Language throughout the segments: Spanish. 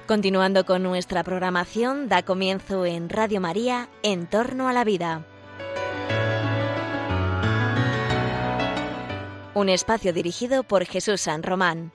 Continuando con nuestra programación, da comienzo en Radio María, En torno a la vida. Un espacio dirigido por Jesús San Román.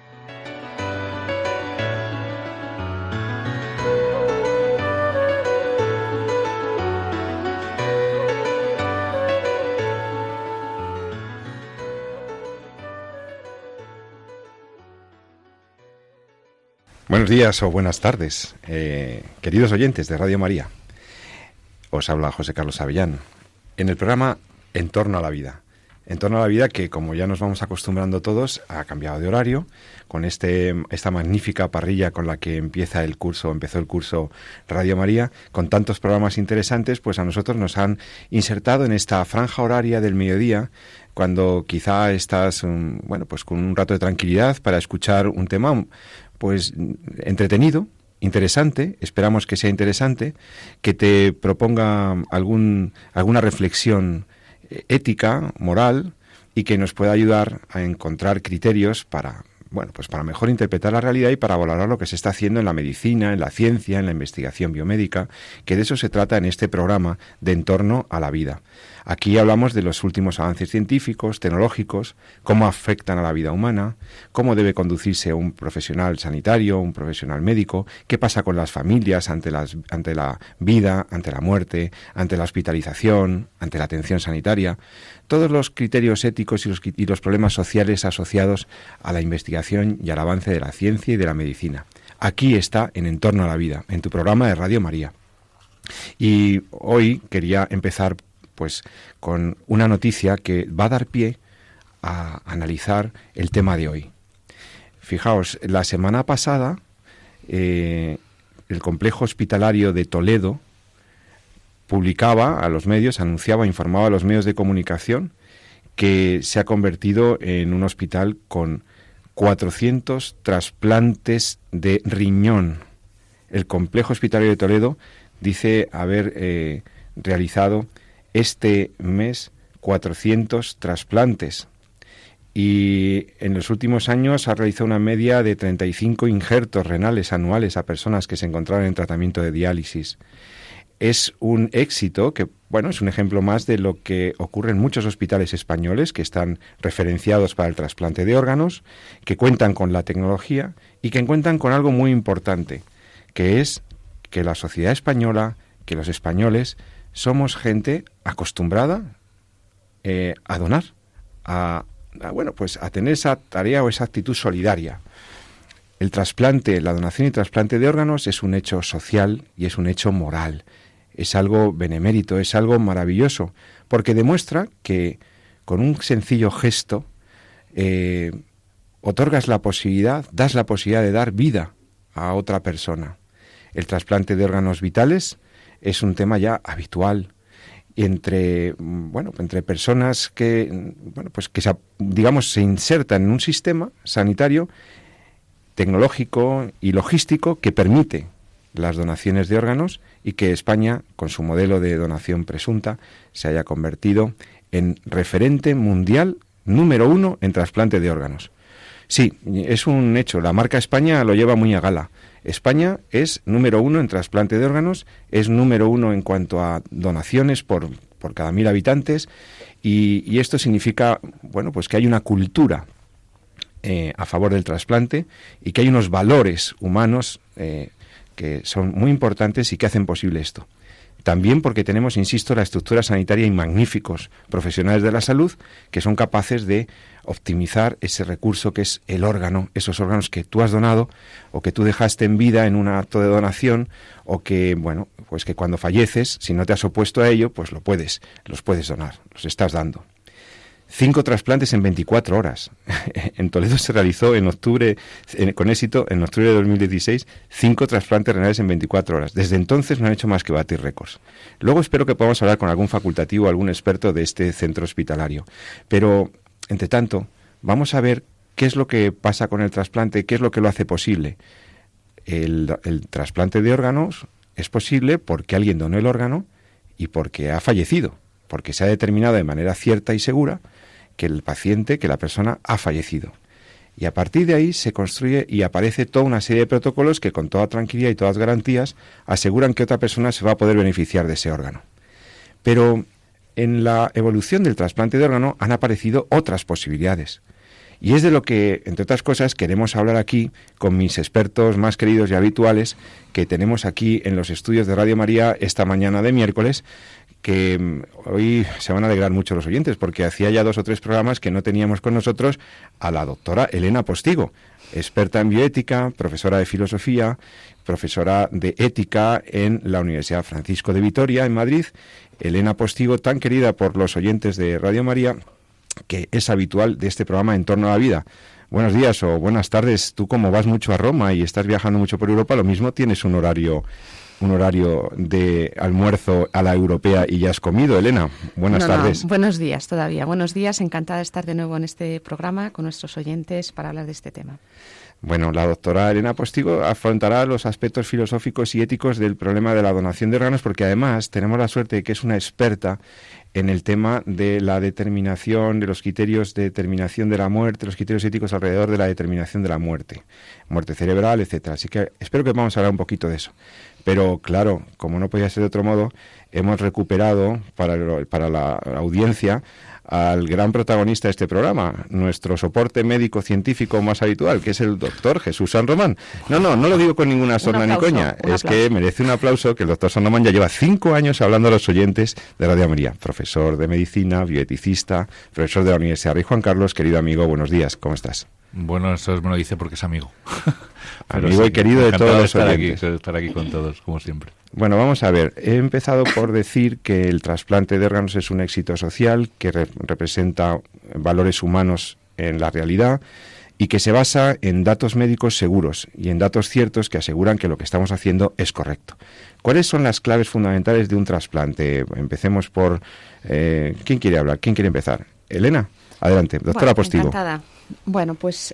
Buenos días o buenas tardes, queridos oyentes de Radio María. Os habla José Carlos Avellán en el programa En torno a la vida. En torno a la vida que, como ya nos vamos acostumbrando todos, ha cambiado de horario con esta magnífica parrilla con la que empezó el curso Radio María, con tantos programas interesantes. Pues a nosotros nos han insertado en esta franja horaria del mediodía, cuando quizá estás pues con un rato de tranquilidad para escuchar un tema pues entretenido, interesante, esperamos que sea interesante, que te proponga alguna reflexión ética, moral, y que nos pueda ayudar a encontrar criterios para mejor interpretar la realidad y para valorar lo que se está haciendo en la medicina, en la ciencia, en la investigación biomédica, que de eso se trata en este programa de En torno a la vida. Aquí hablamos de los últimos avances científicos, tecnológicos, cómo afectan a la vida humana, cómo debe conducirse un profesional sanitario, un profesional médico, qué pasa con las familias ante la vida, ante la muerte, ante la hospitalización, ante la atención sanitaria. Todos los criterios éticos y los problemas sociales asociados a la investigación y al avance de la ciencia y de la medicina. Aquí está En torno a la vida, en tu programa de Radio María. Y hoy quería empezar pues con una noticia que va a dar pie a analizar el tema de hoy. Fijaos, la semana pasada el complejo hospitalario de Toledo publicaba a los medios, informaba a los medios de comunicación que se ha convertido en un hospital con 400 trasplantes de riñón. El complejo hospitalario de Toledo dice haber realizado este mes 400 trasplantes y en los últimos años ha realizado una media de 35 injertos renales anuales a personas que se encontraban en tratamiento de diálisis. Es un éxito que, es un ejemplo más de lo que ocurre en muchos hospitales españoles que están referenciados para el trasplante de órganos, que cuentan con la tecnología y que cuentan con algo muy importante, que es que la sociedad española, que los españoles, somos gente acostumbrada a donar, a tener esa tarea o esa actitud solidaria. El trasplante, la donación y trasplante de órganos es un hecho social y es un hecho moral. Es algo benemérito, es algo maravilloso, porque demuestra que con un sencillo gesto das la posibilidad de dar vida a otra persona. El trasplante de órganos vitales es un tema ya habitual entre personas que se insertan en un sistema sanitario, tecnológico y logístico que permite las donaciones de órganos y que España, con su modelo de donación presunta, se haya convertido en referente mundial número 1 en trasplante de órganos. Sí, es un hecho, la marca España lo lleva muy a gala. España es número 1 en trasplante de órganos, es número 1 en cuanto a donaciones por cada 1.000 habitantes y esto significa, que hay una cultura a favor del trasplante y que hay unos valores humanos que son muy importantes y que hacen posible esto. También porque tenemos, insisto, la estructura sanitaria y magníficos profesionales de la salud que son capaces de optimizar ese recurso que es el órgano, esos órganos que tú has donado o que tú dejaste en vida en un acto de donación o que, que cuando falleces, si no te has opuesto a ello, pues los puedes donar, los estás dando. 5 trasplantes en 24 horas. En Toledo se realizó con éxito, en octubre de 2016, 5 trasplantes renales en 24 horas. Desde entonces no han hecho más que batir récords. Luego espero que podamos hablar con algún facultativo, algún experto de este centro hospitalario. Pero, entre tanto, vamos a ver qué es lo que pasa con el trasplante, qué es lo que lo hace posible. El trasplante de órganos es posible porque alguien donó el órgano y porque ha fallecido, porque se ha determinado de manera cierta y segura que el paciente, que la persona ha fallecido. Y a partir de ahí se construye y aparece toda una serie de protocolos que con toda tranquilidad y todas garantías aseguran que otra persona se va a poder beneficiar de ese órgano. Pero en la evolución del trasplante de órgano han aparecido otras posibilidades. Y es de lo que, entre otras cosas, queremos hablar aquí con mis expertos más queridos y habituales que tenemos aquí en los estudios de Radio María esta mañana de miércoles, que hoy se van a alegrar mucho los oyentes, porque hacía ya 2 o 3 programas que no teníamos con nosotros a la doctora Elena Postigo, experta en bioética, profesora de filosofía, profesora de ética en la Universidad Francisco de Vitoria, en Madrid. Elena Postigo, tan querida por los oyentes de Radio María, que es habitual de este programa En torno a la vida. Buenos días o buenas tardes. Tú, como vas mucho a Roma y estás viajando mucho por Europa, lo mismo tienes un horario de almuerzo a la europea y ya has comido, Elena. Buenas tardes. Buenos días todavía. Buenos días. Encantada de estar de nuevo en este programa con nuestros oyentes para hablar de este tema. Bueno, la doctora Elena Postigo afrontará los aspectos filosóficos y éticos del problema de la donación de órganos, porque además tenemos la suerte de que es una experta en el tema de la determinación, de los criterios de determinación de la muerte, los criterios éticos alrededor de la determinación de la muerte cerebral, etcétera. Así que espero que vamos a hablar un poquito de eso. Pero claro, como no podía ser de otro modo, hemos recuperado para la audiencia al gran protagonista de este programa, nuestro soporte médico científico más habitual, que es el doctor Jesús San Román. No lo digo con ninguna sorna ni coña, es que merece un aplauso que el doctor San Román ya lleva 5 años hablando a los oyentes de Radio María, profesor de medicina, bioeticista, profesor de la Universidad Rey Juan Carlos. Querido amigo, buenos días, ¿cómo estás? Bueno, eso me lo dice porque es amigo. Amigo y querido de todos los oyentes. Estar aquí con todos, como siempre. Bueno, vamos a ver. He empezado por decir que el trasplante de órganos es un éxito social que representa valores humanos en la realidad y que se basa en datos médicos seguros y en datos ciertos que aseguran que lo que estamos haciendo es correcto. ¿Cuáles son las claves fundamentales de un trasplante? Empecemos por... ¿quién quiere hablar? ¿Quién quiere empezar? Elena, adelante. Doctora Postigo. Encantada. Bueno, pues...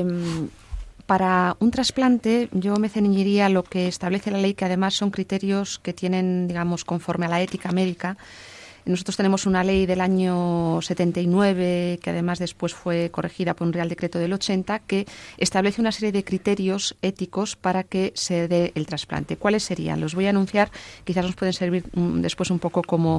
para un trasplante yo me ceñiría a lo que establece la ley, que además son criterios que tienen, digamos, conforme a la ética médica. Nosotros tenemos una ley del año 79, que además después fue corregida por un Real Decreto del 80, que establece una serie de criterios éticos para que se dé el trasplante. ¿Cuáles serían? Los voy a anunciar, quizás nos pueden servir después un poco como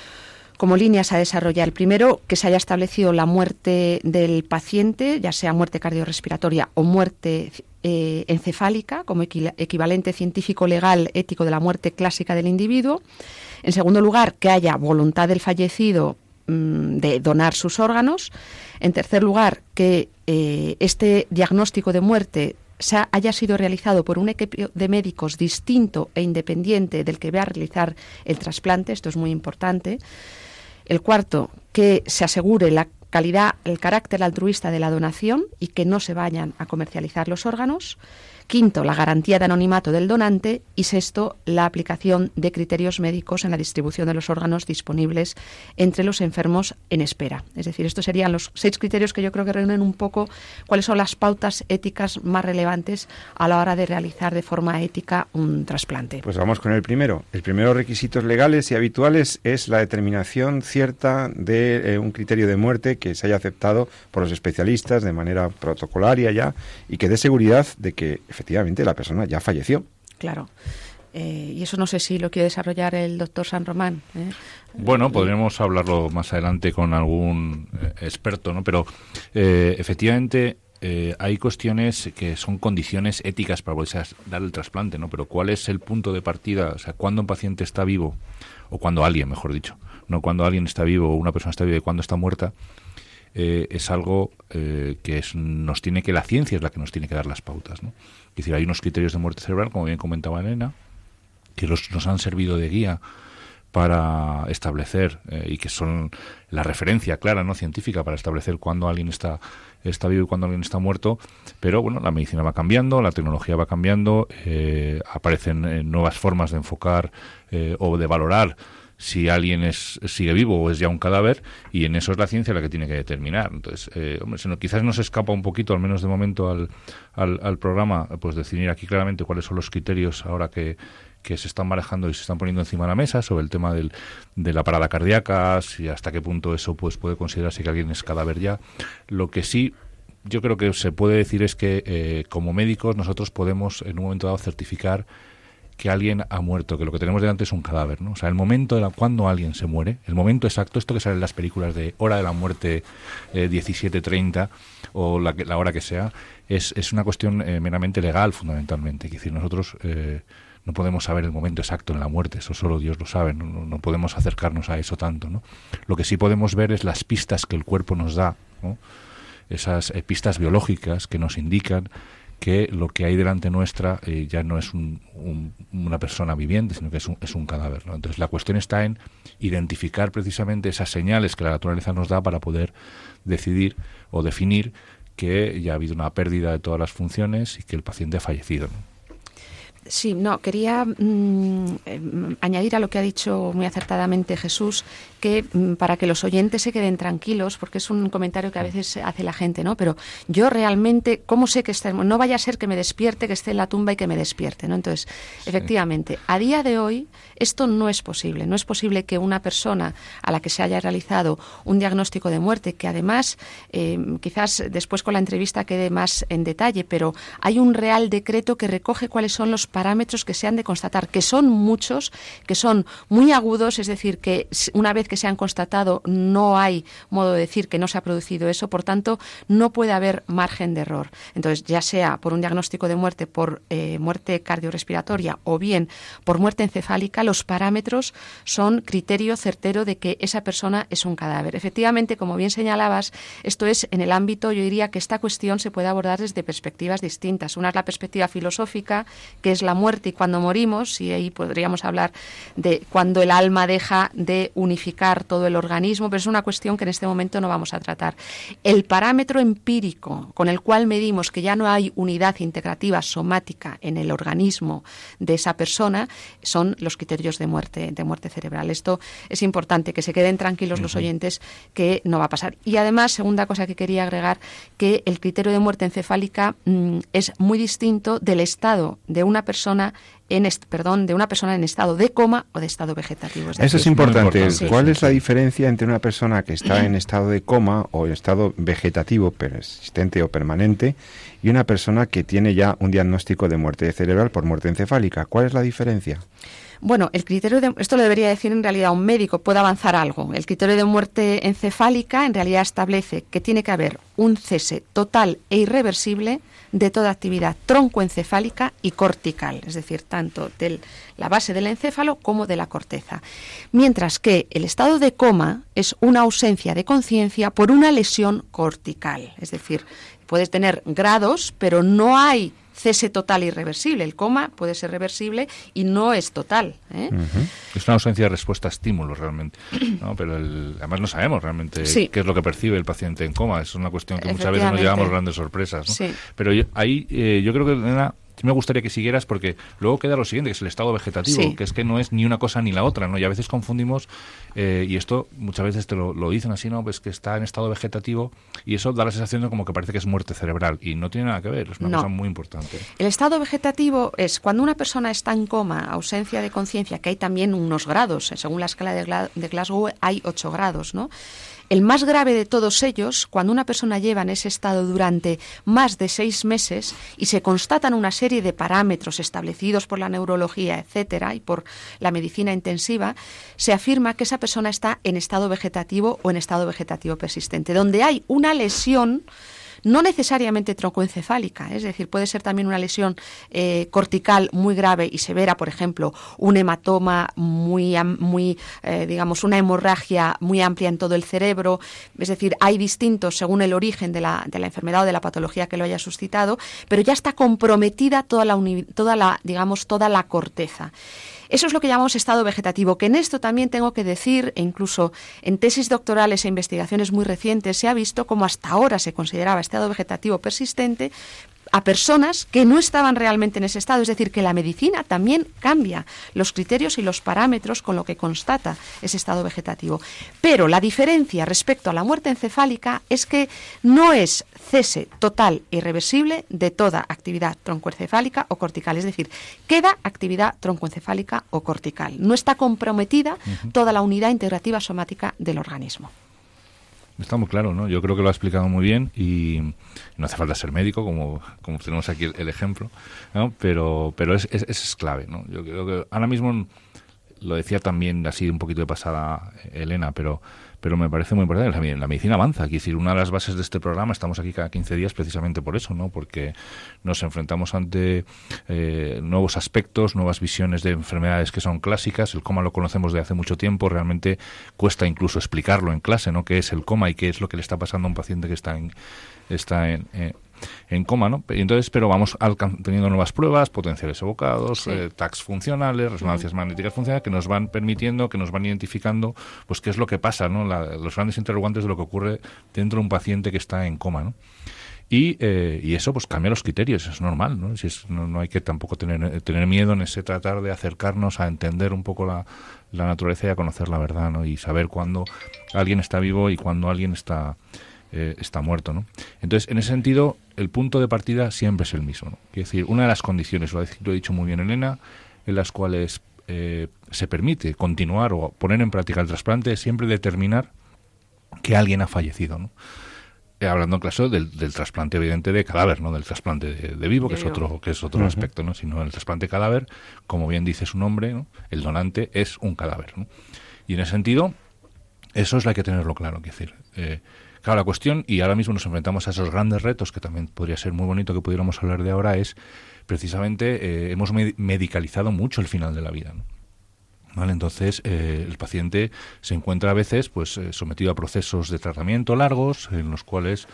líneas a desarrollar. Primero, que se haya establecido la muerte del paciente, ya sea muerte cardiorrespiratoria o muerte encefálica, como equivalente científico, legal, ético de la muerte clásica del individuo. En segundo lugar, que haya voluntad del fallecido de donar sus órganos. En tercer lugar, que este diagnóstico de muerte haya sido realizado por un equipo de médicos distinto e independiente del que va a realizar el trasplante. Esto es muy importante. El cuarto, que se asegure la calidad, el carácter altruista de la donación y que no se vayan a comercializar los órganos. Quinto, la garantía de anonimato del donante. Y sexto, la aplicación de criterios médicos en la distribución de los órganos disponibles entre los enfermos en espera. Es decir, estos serían los 6 criterios que yo creo que reúnen un poco cuáles son las pautas éticas más relevantes a la hora de realizar de forma ética un trasplante. Pues vamos con el primero. El primero, requisitos legales y habituales, es la determinación cierta de un criterio de muerte que se haya aceptado por los especialistas de manera protocolaria ya y que dé seguridad de que efectivamente la persona ya falleció. Claro. Y eso no sé si lo quiere desarrollar el doctor San Román. Bueno, podríamos hablarlo más adelante con algún experto, ¿no? Pero efectivamente hay cuestiones que son condiciones éticas para poder dar el trasplante, ¿no? Pero ¿cuál es el punto de partida? O sea, ¿cuándo un paciente está vivo? O cuando alguien, mejor dicho. No cuando alguien está vivo o una persona está viva y cuando está muerta. Es algo que la ciencia es la que nos tiene que dar las pautas, ¿no? Es decir, hay unos criterios de muerte cerebral, como bien comentaba Elena, que nos han servido de guía para establecer y que son la referencia clara, no científica, para establecer cuándo alguien está vivo y cuándo alguien está muerto. Pero bueno, la medicina va cambiando, la tecnología va cambiando, aparecen nuevas formas de enfocar o de valorar si alguien sigue vivo o es ya un cadáver, y en eso es la ciencia la que tiene que determinar. Entonces, quizás nos escapa un poquito, al menos de momento, al programa, pues definir aquí claramente cuáles son los criterios ahora que se están manejando y se están poniendo encima de la mesa sobre el tema de la parada cardíaca, si hasta qué punto eso pues puede considerarse que alguien es cadáver ya. Lo que sí yo creo que se puede decir es que como médicos nosotros podemos en un momento dado certificar que alguien ha muerto, que lo que tenemos delante es un cadáver, ¿no? O sea, el momento de cuando alguien se muere, el momento exacto, esto que sale en las películas de hora de la muerte 17:30 o la hora que sea, es una cuestión meramente legal, fundamentalmente. Es decir, nosotros no podemos saber el momento exacto en la muerte, eso solo Dios lo sabe, no podemos acercarnos a eso tanto, ¿no? Lo que sí podemos ver es las pistas que el cuerpo nos da, ¿no? Esas pistas biológicas que nos indican que lo que hay delante nuestra ya no es una persona viviente, sino que es un cadáver, ¿no? Entonces la cuestión está en identificar precisamente esas señales que la naturaleza nos da para poder decidir o definir que ya ha habido una pérdida de todas las funciones y que el paciente ha fallecido, ¿no? Sí, no, quería añadir a lo que ha dicho muy acertadamente Jesús, que para que los oyentes se queden tranquilos, porque es un comentario que a veces hace la gente, ¿no? Pero yo realmente, ¿cómo sé que está? No vaya a ser que me despierte, que esté en la tumba y que me despierte, ¿no? Entonces, efectivamente, a día de hoy esto no es posible. No es posible que una persona a la que se haya realizado un diagnóstico de muerte, que además, quizás después con la entrevista quede más en detalle, pero hay un real decreto que recoge cuáles son los parámetros que se han de constatar, que son muchos, que son muy agudos, es decir, que una vez que se han constatado no hay modo de decir que no se ha producido eso, por tanto no puede haber margen de error. Entonces, ya sea por un diagnóstico de muerte por muerte cardiorrespiratoria o bien por muerte encefálica, los parámetros son criterio certero de que esa persona es un cadáver. Efectivamente, como bien señalabas, esto es en el ámbito, yo diría que esta cuestión se puede abordar desde perspectivas distintas. Una es la perspectiva filosófica, que es la muerte y cuando morimos, y ahí podríamos hablar de cuando el alma deja de unificar todo el organismo, pero es una cuestión que en este momento no vamos a tratar. El parámetro empírico con el cual medimos que ya no hay unidad integrativa somática en el organismo de esa persona son los criterios de muerte cerebral. Esto es importante, que se queden tranquilos los oyentes, que no va a pasar. Y además, segunda cosa que quería agregar, que el criterio de muerte encefálica es muy distinto del estado de una persona en estado de coma o de estado vegetativo. Es decir, eso es importante. Sí. ¿Cuál es la diferencia entre una persona que está en estado de coma o en estado vegetativo persistente o permanente y una persona que tiene ya un diagnóstico de muerte cerebral por muerte encefálica? ¿Cuál es la diferencia? Bueno, el criterio esto lo debería decir en realidad un médico, puede avanzar algo. El criterio de muerte encefálica en realidad establece que tiene que haber un cese total e irreversible de toda actividad troncoencefálica y cortical, es decir, tanto de la base del encéfalo como de la corteza. Mientras que el estado de coma es una ausencia de conciencia por una lesión cortical, es decir, puedes tener grados, pero no hay cese total irreversible. El coma puede ser reversible y no es total, ¿eh? Uh-huh. Es una ausencia de respuesta a estímulos realmente, ¿no? Pero además no sabemos realmente qué es lo que percibe el paciente en coma. Es una cuestión que muchas veces nos llevamos grandes sorpresas, ¿no? Sí. Pero yo creo que, Elena, me gustaría que siguieras porque luego queda lo siguiente, que es el estado vegetativo, que es que no es ni una cosa ni la otra, ¿no? Y a veces confundimos, y esto muchas veces te lo dicen así, ¿no? Pues que está en estado vegetativo y eso da la sensación de como que parece que es muerte cerebral y no tiene nada que ver, es una cosa muy importante. El estado vegetativo es cuando una persona está en coma, ausencia de conciencia, que hay también unos grados, según la escala de Glasgow hay 8 grados, ¿no? El más grave de todos ellos, cuando una persona lleva en ese estado durante más de 6 meses y se constatan una serie de parámetros establecidos por la neurología, etcétera, y por la medicina intensiva, se afirma que esa persona está en estado vegetativo o en estado vegetativo persistente, donde hay una lesión no necesariamente troncoencefálica, es decir, puede ser también una lesión cortical muy grave y severa, por ejemplo, un hematoma digamos, una hemorragia muy amplia en todo el cerebro, es decir, hay distintos según el origen de la enfermedad o de la patología que lo haya suscitado, pero ya está comprometida toda la corteza. Eso es lo que llamamos estado vegetativo, que en esto también tengo que decir, e incluso en tesis doctorales e investigaciones muy recientes se ha visto como hasta ahora se consideraba estado vegetativo persistente a personas que no estaban realmente en ese estado, es decir, que la medicina también cambia los criterios y los parámetros con lo que constata ese estado vegetativo. Pero la diferencia respecto a la muerte encefálica es que no es cese total e irreversible de toda actividad troncoencefálica o cortical, es decir, queda actividad troncoencefálica o cortical. No está comprometida toda la unidad integrativa somática del organismo. Está muy claro, ¿no? Yo creo que lo ha explicado muy bien y no hace falta ser médico, como tenemos aquí el ejemplo, ¿no? Pero es clave, ¿no? Yo creo que ahora mismo, lo decía también así un poquito de pasada Elena, pero me parece muy importante. La medicina avanza. Quiero decir, una de las bases de este programa, estamos aquí cada 15 días precisamente por eso, ¿no? Porque nos enfrentamos ante nuevos aspectos, nuevas visiones de enfermedades que son clásicas. El coma lo conocemos de hace mucho tiempo. Realmente cuesta incluso explicarlo en clase, ¿no? ¿Qué es el coma y qué es lo que le está pasando a un paciente que está en coma, ¿no? Y entonces, pero vamos teniendo nuevas pruebas, potenciales evocados, TACs funcionales, resonancias magnéticas funcionales, que nos van permitiendo, que nos van identificando, pues qué es lo que pasa, ¿no? Los grandes interrogantes de lo que ocurre dentro de un paciente que está en coma, ¿no? Y eso pues cambia los criterios, es normal, ¿no? No hay que tampoco tener miedo en ese tratar de acercarnos a entender un poco la naturaleza y a conocer la verdad, ¿no? Y saber cuándo alguien está vivo y cuándo alguien está muerto, ¿no? Entonces, en ese sentido, el punto de partida siempre es el mismo, ¿no? Quiero decir, una de las condiciones, lo ha dicho muy bien Elena, en las cuales se permite continuar o poner en práctica el trasplante es siempre determinar que alguien ha fallecido, ¿no? Hablando en caso del trasplante evidente de cadáver, no del trasplante de vivo, que es otro aspecto, ¿no? Sino el trasplante cadáver, como bien dice su nombre, ¿no? El donante es un cadáver, ¿no? Y en ese sentido, eso es lo que hay que tenerlo claro, quiero decir, claro, la cuestión, y ahora mismo nos enfrentamos a esos grandes retos, que también podría ser muy bonito que pudiéramos hablar de ahora, es precisamente hemos medicalizado mucho el final de la vida, ¿no? ¿Vale? Entonces, el paciente se encuentra a veces pues sometido a procesos de tratamiento largos, en los cuales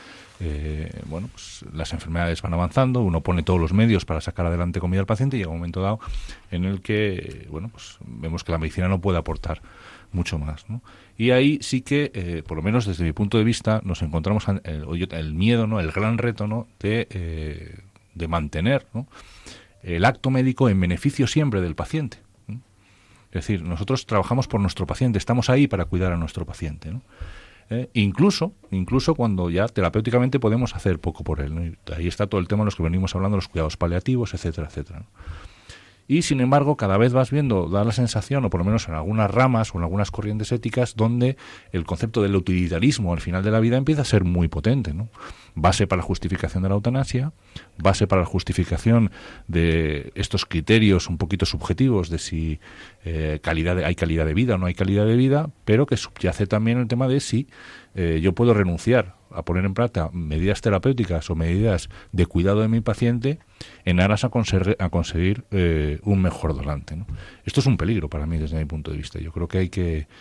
pues, las enfermedades van avanzando, uno pone todos los medios para sacar adelante comida al paciente y llega un momento dado en el que pues vemos que la medicina no puede aportar mucho más, ¿no? Y ahí sí que, por lo menos desde mi punto de vista, nos encontramos el miedo, ¿no? El gran reto, ¿no? de mantener, ¿no? el acto médico en beneficio siempre del paciente, ¿no? Es decir, nosotros trabajamos por nuestro paciente, estamos ahí para cuidar a nuestro paciente, ¿no? Incluso cuando ya terapéuticamente podemos hacer poco por él, ¿no? Y ahí está todo el tema de los que venimos hablando, los cuidados paliativos, etcétera, etcétera, ¿no? Y, sin embargo, cada vez vas viendo, da la sensación, o por lo menos en algunas ramas o en algunas corrientes éticas, donde el concepto del utilitarismo al final de la vida empieza a ser muy potente, ¿no? Base para la justificación de la eutanasia, base para la justificación de estos criterios un poquito subjetivos de si hay calidad de vida o no hay calidad de vida, pero que subyace también el tema de si yo puedo renunciar a poner en práctica medidas terapéuticas o medidas de cuidado de mi paciente en aras a conseguir un mejor donante, ¿no? Esto es un peligro para mí desde mi punto de vista. Yo creo que hay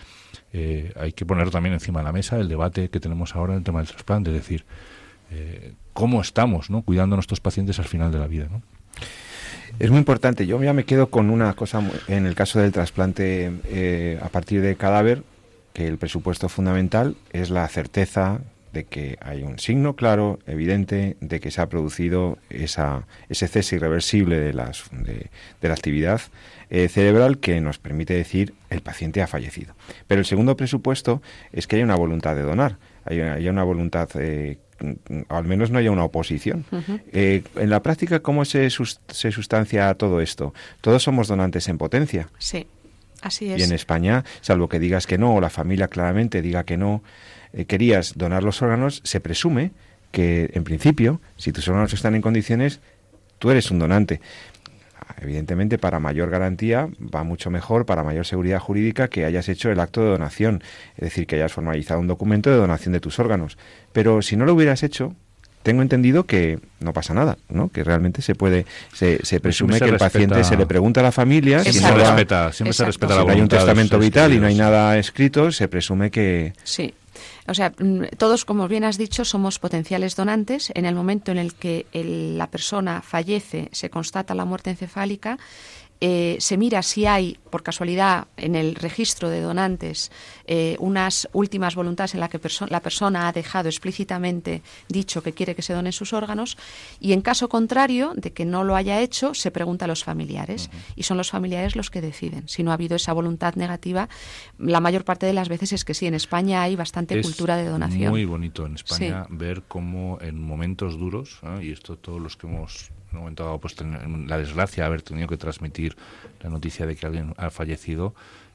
que poner también encima de la mesa el debate que tenemos ahora en el tema del trasplante, es decir, cómo estamos, ¿no? cuidando a nuestros pacientes al final de la vida, ¿no? Es muy importante. Yo ya me quedo con una cosa en el caso del trasplante a partir de cadáver, que el presupuesto fundamental es la certeza de que hay un signo claro, evidente, de que se ha producido ese cese irreversible de la actividad cerebral que nos permite decir el paciente ha fallecido. Pero el segundo presupuesto es que haya una voluntad de donar, haya una voluntad, al menos no haya una oposición. Uh-huh. En la práctica, ¿cómo se sustancia todo esto? Todos somos donantes en potencia. Sí, así es. Y en España, salvo que digas que no, o la familia claramente diga que no, querías donar los órganos, se presume que, en principio, si tus órganos están en condiciones, tú eres un donante. Evidentemente, para mayor garantía, va mucho mejor, para mayor seguridad jurídica, que hayas hecho el acto de donación, es decir, que hayas formalizado un documento de donación de tus órganos. Pero si no lo hubieras hecho, tengo entendido que no pasa nada, ¿no? Que realmente se presume que el paciente se le pregunta a la familia. Siempre se respeta la voluntad. Si hay un testamento vital y no hay nada escrito, se presume que... Sí. O sea, todos, como bien has dicho, somos potenciales donantes. En el momento en el que la persona fallece, se constata la muerte encefálica, se mira si hay, por casualidad, en el registro de donantes, unas últimas voluntades en las que la persona ha dejado explícitamente dicho que quiere que se donen sus órganos, y en caso contrario de que no lo haya hecho, se pregunta a los familiares, uh-huh. Y son los familiares los que deciden. Si no ha habido esa voluntad negativa, la mayor parte de las veces es que sí. En España hay bastante cultura de donación. Es muy bonito en España ver cómo en momentos duros, y esto todos los que hemos... en un momento dado, pues la desgracia de haber tenido que transmitir la noticia de que alguien ha fallecido,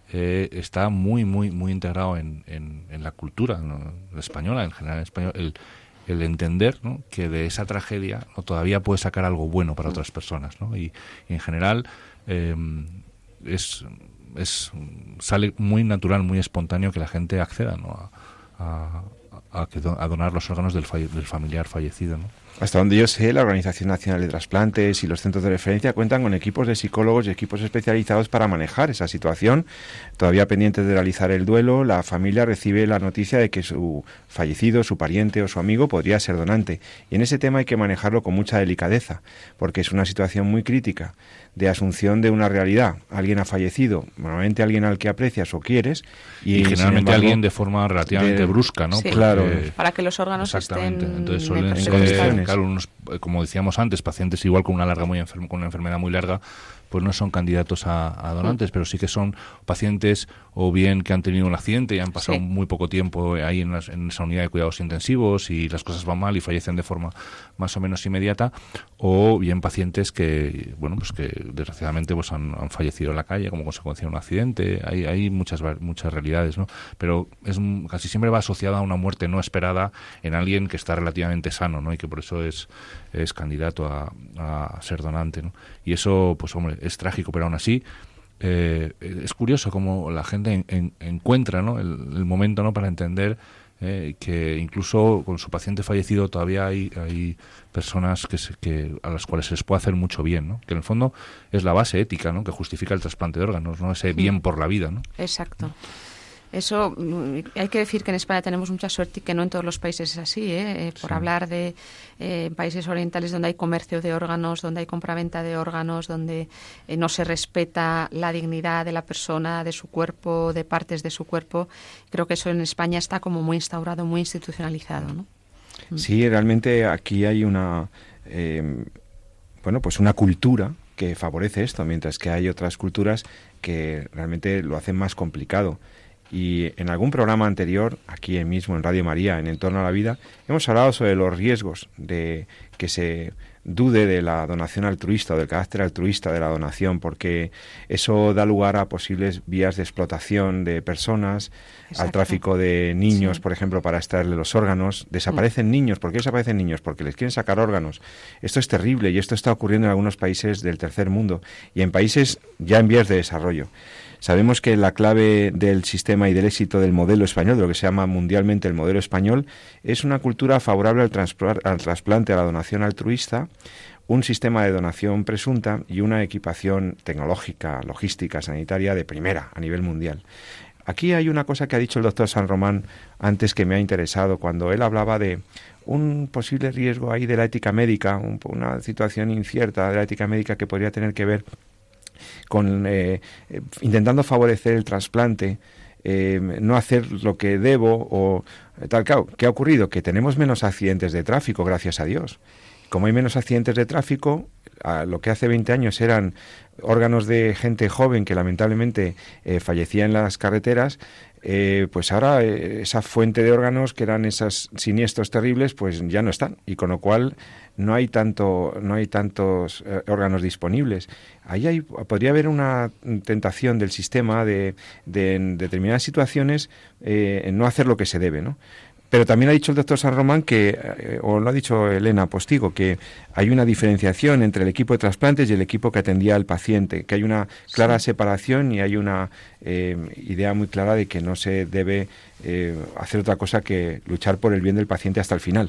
está muy integrado en la cultura, ¿no?, española, en general en español, el entender, ¿no?, que de esa tragedia, ¿no?, todavía puede sacar algo bueno para otras personas, ¿no? Y en general sale muy natural, muy espontáneo que la gente acceda, ¿no?, a donar los órganos del familiar fallecido, ¿no? Hasta donde yo sé, la Organización Nacional de Trasplantes y los centros de referencia cuentan con equipos de psicólogos y equipos especializados para manejar esa situación. Todavía pendientes de realizar el duelo, la familia recibe la noticia de que su fallecido, su pariente o su amigo podría ser donante. Y en ese tema hay que manejarlo con mucha delicadeza, porque es una situación muy crítica de asunción de una realidad. Alguien ha fallecido, normalmente alguien al que aprecias o quieres. Y generalmente embargo, alguien de forma relativamente brusca, ¿no? Sí, claro. Para que los órganos estén Entonces suelen ser, claro, como decíamos antes, pacientes igual con una enfermedad muy larga, pues no son candidatos a donantes, pero sí que son pacientes o bien que han tenido un accidente y han pasado muy poco tiempo ahí en esa unidad de cuidados intensivos y las cosas van mal y fallecen de forma más o menos inmediata, o bien pacientes que, bueno, pues que desgraciadamente pues han fallecido en la calle como consecuencia de un accidente. Hay muchas realidades, ¿no? Pero casi siempre va asociada a una muerte no esperada en alguien que está relativamente sano, ¿no? Y que por eso es candidato a ser donante, ¿no? Y eso, pues hombre, es trágico, pero aún así es curioso cómo la gente encuentra, ¿no?, el momento, ¿no?, para entender que incluso con su paciente fallecido todavía hay personas a las cuales se les puede hacer mucho bien, ¿no? Que en el fondo es la base ética, ¿no?, que justifica el trasplante de órganos, ¿no?, ese bien por la vida, ¿no? Exacto. Eso, hay que decir que en España tenemos mucha suerte y que no en todos los países es así, por hablar de países orientales donde hay comercio de órganos, donde hay compraventa de órganos, donde no se respeta la dignidad de la persona, de su cuerpo, de partes de su cuerpo. Creo que eso en España está como muy instaurado, muy institucionalizado, ¿no? Sí, realmente aquí hay una pues una cultura que favorece esto, mientras que hay otras culturas que realmente lo hacen más complicado. Y en algún programa anterior, aquí mismo en Radio María, en Entorno a la Vida, hemos hablado sobre los riesgos de que se dude de la donación altruista o del carácter altruista de la donación, porque eso da lugar a posibles vías de explotación de personas, al tráfico de niños, por ejemplo, para extraerle los órganos. Desaparecen niños. ¿Por qué desaparecen niños? Porque les quieren sacar órganos. Esto es terrible y esto está ocurriendo en algunos países del tercer mundo y en países ya en vías de desarrollo. Sabemos que la clave del sistema y del éxito del modelo español, de lo que se llama mundialmente el modelo español, es una cultura favorable al trasplante, a la donación altruista, un sistema de donación presunta y una equipación tecnológica, logística, sanitaria de primera a nivel mundial. Aquí hay una cosa que ha dicho el doctor San Román antes que me ha interesado, cuando él hablaba de un posible riesgo ahí de la ética médica, una situación incierta de la ética médica que podría tener que ver con intentando favorecer el trasplante, no hacer lo que debo o tal. Claro, ¿qué ha ocurrido? Que tenemos menos accidentes de tráfico, gracias a Dios. Como hay menos accidentes de tráfico, lo que hace 20 años eran órganos de gente joven que lamentablemente fallecía en las carreteras, pues ahora esa fuente de órganos que eran esos siniestros terribles, pues ya no están, y con lo cual no hay tantos órganos disponibles. Ahí podría haber una tentación del sistema de en determinadas situaciones no hacer lo que se debe, ¿no? Pero también ha dicho el doctor San Román o lo ha dicho Elena Postigo, que hay una diferenciación entre el equipo de trasplantes y el equipo que atendía al paciente, que hay una clara separación y hay una idea muy clara de que no se debe hacer otra cosa que luchar por el bien del paciente hasta el final.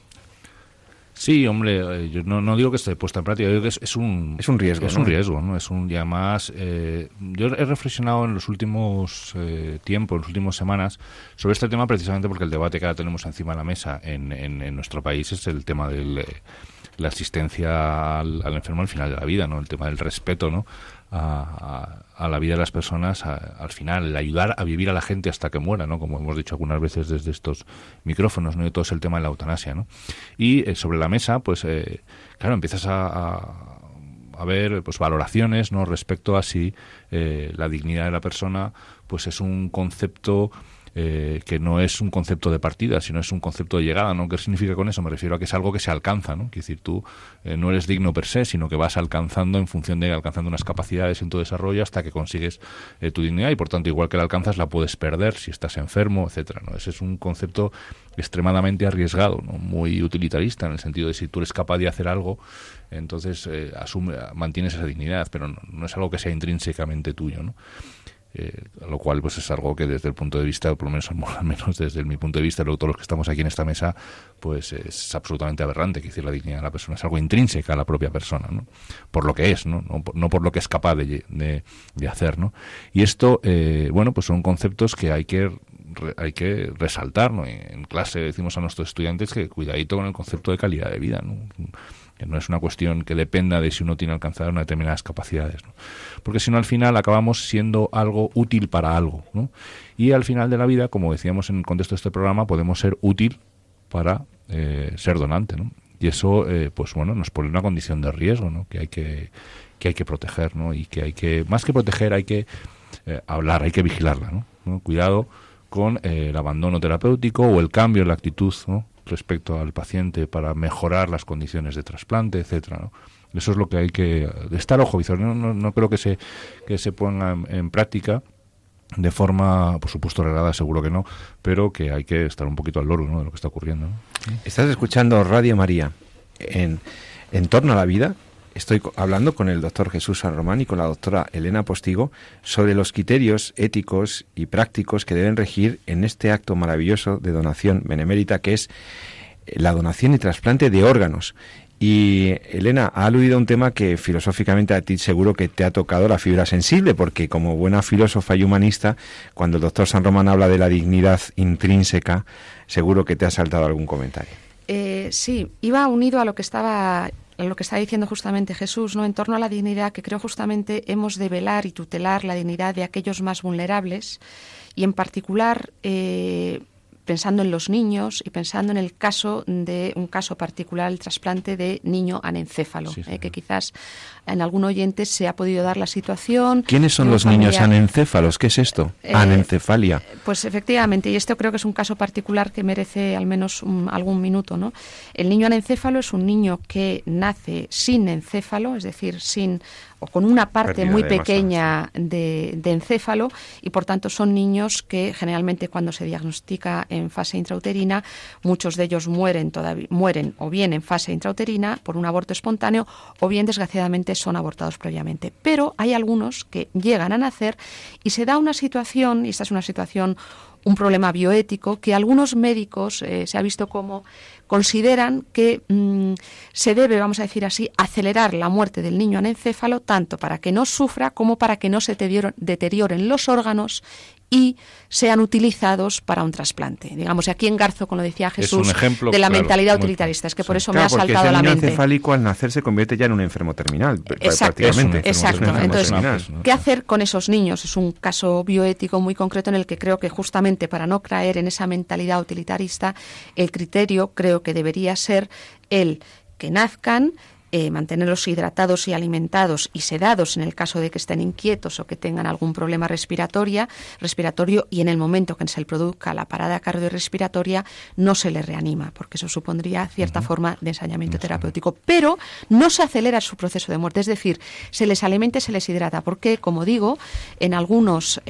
Sí, hombre, yo no digo que esté puesta en práctica, yo digo que es un riesgo. Es un riesgo, ¿no? Y además, yo he reflexionado en los últimos tiempos, en las últimas semanas, sobre este tema precisamente porque el debate que ahora tenemos encima de la mesa en nuestro país es el tema de la asistencia al enfermo al final de la vida, ¿no? El tema del respeto, ¿no?, a la vida de las personas, al final, el ayudar a vivir a la gente hasta que muera, ¿no?, como hemos dicho algunas veces desde estos micrófonos, ¿no?, y todo es el tema de la eutanasia, ¿no? Y sobre la mesa, pues, claro, empiezas a ver, pues, valoraciones, ¿no?, respecto a si la dignidad de la persona, pues, es un concepto que no es un concepto de partida, sino es un concepto de llegada, ¿no? ¿Qué significa con eso? Me refiero a que es algo que se alcanza, ¿no? Quiere decir, tú no eres digno per se, sino que vas alcanzando en función de alcanzando unas capacidades en tu desarrollo hasta que consigues tu dignidad, y por tanto, igual que la alcanzas, la puedes perder si estás enfermo, etcétera, ¿no? Ese es un concepto extremadamente arriesgado, ¿no? Muy utilitarista, en el sentido de si tú eres capaz de hacer algo, entonces mantienes esa dignidad, pero no es algo que sea intrínsecamente tuyo, ¿no? Lo cual pues es algo que desde el punto de vista, por lo menos desde mi punto de vista, luego todos los que estamos aquí en esta mesa, pues es absolutamente aberrante. Quiere decir, la dignidad de la persona es algo intrínseca a la propia persona, ¿no? Por lo que es, no por lo que es capaz de hacer, ¿no? Y esto, bueno, pues son conceptos que hay que resaltar, ¿no? En clase decimos a nuestros estudiantes que cuidadito con el concepto de calidad de vida, ¿no? Que no es una cuestión que dependa de si uno tiene alcanzado unas determinadas capacidades, ¿no? Porque si no, al final acabamos siendo algo útil para algo, ¿no? Y al final de la vida, como decíamos en el contexto de este programa, podemos ser útil para ser donante, ¿no? Y eso, pues bueno, nos pone una condición de riesgo, ¿no? Que hay que proteger, ¿no? Y que hay que, más que proteger, hay que hablar, hay que vigilarla, ¿no? Cuidado con el abandono terapéutico o el cambio en la actitud, ¿no? Respecto al paciente para mejorar las condiciones de trasplante, etcétera, ¿no? Eso es lo que hay que estar ojo visor. No creo que se ponga en práctica de forma, por supuesto, reglada, seguro que no, pero que hay que estar un poquito al loro, ¿no? De lo que está ocurriendo, ¿no? Estás escuchando Radio María en Torno a la Vida. Estoy hablando con el doctor Jesús San Román y con la doctora Elena Postigo sobre los criterios éticos y prácticos que deben regir en este acto maravilloso de donación benemérita, que es la donación y trasplante de órganos. Y Elena ha aludido a un tema que filosóficamente a ti seguro que te ha tocado la fibra sensible, porque como buena filósofa y humanista, cuando el doctor San Román habla de la dignidad intrínseca, seguro que te ha saltado algún comentario. Sí, iba unido a lo que estaba diciendo justamente Jesús, ¿no? En torno a la dignidad, que creo justamente hemos de velar y tutelar la dignidad de aquellos más vulnerables, y en particular pensando en los niños y pensando en el caso de un caso particular, el trasplante de niño anencéfalo, sí, que quizás en algún oyente se ha podido dar la situación. ¿Quiénes son los niños anencéfalos? ¿Qué es esto? Anencefalia. Pues efectivamente, y esto creo que es un caso particular que merece al menos algún minuto, ¿no? El niño anencéfalo es un niño que nace sin encéfalo, es decir, sin o con una parte muy pequeña de encéfalo, y por tanto son niños que generalmente cuando se diagnostica en fase intrauterina, muchos de ellos mueren o bien en fase intrauterina por un aborto espontáneo o bien desgraciadamente son abortados previamente. Pero hay algunos que llegan a nacer y se da una situación, y esta es una situación, un problema bioético, que algunos médicos se ha visto como consideran que se debe, vamos a decir así, acelerar la muerte del niño anencéfalo, tanto para que no sufra como para que no se deterioren los órganos y sean utilizados para un trasplante. Digamos, y aquí engarzo con lo decía Jesús, ejemplo, de la mentalidad utilitarista. Es que por eso me ha saltado a la mente. El niño encefálico al nacer se convierte ya en un enfermo terminal, exacto, prácticamente. Exacto. Entonces, ¿qué hacer con esos niños? Es un caso bioético muy concreto en el que creo que justamente para no caer en esa mentalidad utilitarista, el criterio creo que debería ser el que nazcan, mantenerlos hidratados y alimentados y sedados en el caso de que estén inquietos o que tengan algún problema respiratorio, y en el momento que se le produzca la parada cardiorrespiratoria no se le reanima, porque eso supondría cierta forma de ensañamiento terapéutico, pero no se acelera su proceso de muerte, es decir, se les alimenta y se les hidrata, porque, como digo, en algunas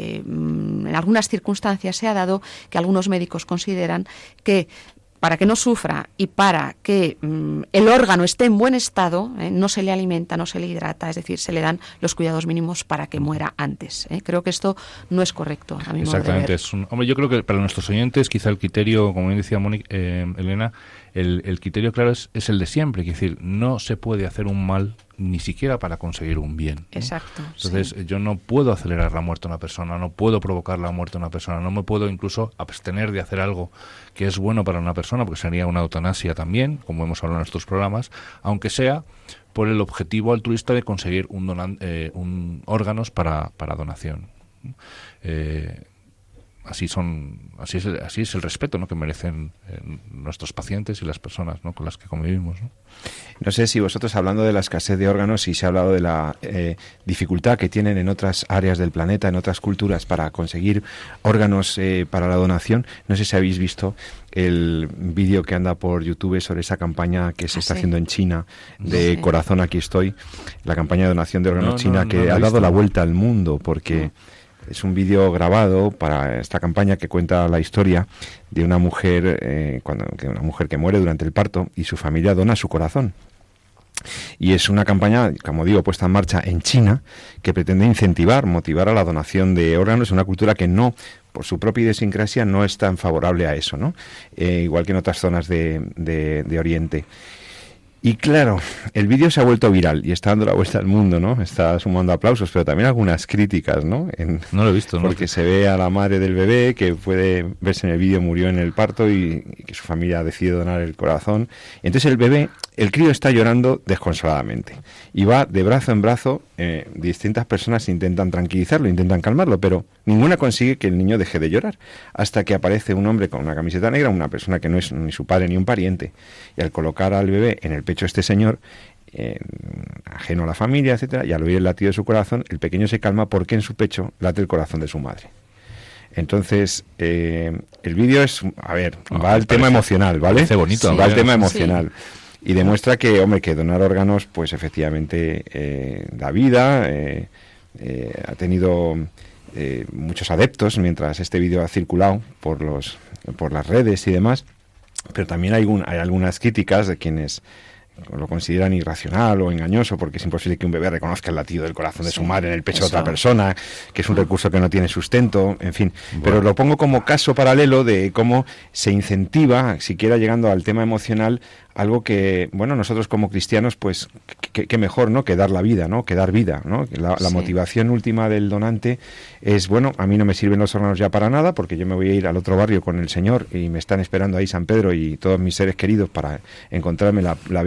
circunstancias se ha dado que algunos médicos consideran que para que no sufra y para que el órgano esté en buen estado, no se le alimenta, no se le hidrata, es decir, se le dan los cuidados mínimos para que muera antes. Creo que esto no es correcto, a mi modo de ver. Exactamente. Hombre, yo creo que para nuestros oyentes, quizá el criterio, como bien decía Elena, el criterio claro es el de siempre, es decir, no se puede hacer un mal ni siquiera para conseguir un bien, ¿no? Exacto. Entonces, yo no puedo acelerar la muerte de una persona, no puedo provocar la muerte de una persona, no me puedo incluso abstener de hacer algo que es bueno para una persona, porque sería una eutanasia también, como hemos hablado en nuestros programas, aunque sea por el objetivo altruista de conseguir órganos para donación. así es el respeto, ¿no?, que merecen nuestros pacientes y las personas, ¿no?, con las que convivimos, ¿no? No sé si vosotros, hablando de la escasez de órganos, si se ha hablado de la dificultad que tienen en otras áreas del planeta, en otras culturas, para conseguir órganos para la donación. No sé si habéis visto el vídeo que anda por YouTube sobre esa campaña que se está haciendo en China, de Corazón Aquí Estoy, la campaña de donación de órganos china, que ha dado la vuelta al mundo, porque es un vídeo grabado para esta campaña que cuenta la historia de una mujer, una mujer que muere durante el parto y su familia dona su corazón. Y es una campaña, como digo, puesta en marcha en China, que pretende motivar a la donación de órganos en una cultura que no, por su propia idiosincrasia, no es tan favorable a eso, ¿no? Igual que en otras zonas de Oriente. Y claro, el vídeo se ha vuelto viral y está dando la vuelta al mundo, ¿no? Está sumando aplausos, pero también algunas críticas, ¿no? No lo he visto, ¿no? Porque se ve a la madre del bebé, que puede verse en el vídeo, murió en el parto y que su familia ha decidido donar el corazón. Entonces el crío está llorando desconsoladamente y va de brazo en brazo. Distintas personas intentan tranquilizarlo, intentan calmarlo, pero ninguna consigue que el niño deje de llorar, hasta que aparece un hombre con una camiseta negra, una persona que no es ni su padre ni un pariente, y al colocar al bebé en el pecho de este señor, ajeno a la familia, etcétera, y al oír el latido de su corazón, el pequeño se calma porque en su pecho late el corazón de su madre. Entonces, el vídeo va al tema emocional, ¿vale? Parece bonito. Va al tema emocional. Sí. Y demuestra que, que donar órganos, pues efectivamente da vida. Ha tenido muchos adeptos mientras este vídeo ha circulado por las redes y demás. Pero también hay algunas críticas de quienes lo consideran irracional o engañoso, porque es imposible que un bebé reconozca el latido del corazón de su madre en el pecho de otra persona, que es un recurso que no tiene sustento, en fin. Bueno. Pero lo pongo como caso paralelo de cómo se incentiva, siquiera llegando al tema emocional, algo que, nosotros como cristianos, pues, que mejor, ¿no?, que dar la vida, ¿no?, que dar vida, ¿no? La motivación última del donante es, a mí no me sirven los órganos ya para nada, porque yo me voy a ir al otro barrio con el Señor y me están esperando ahí San Pedro y todos mis seres queridos para encontrarme la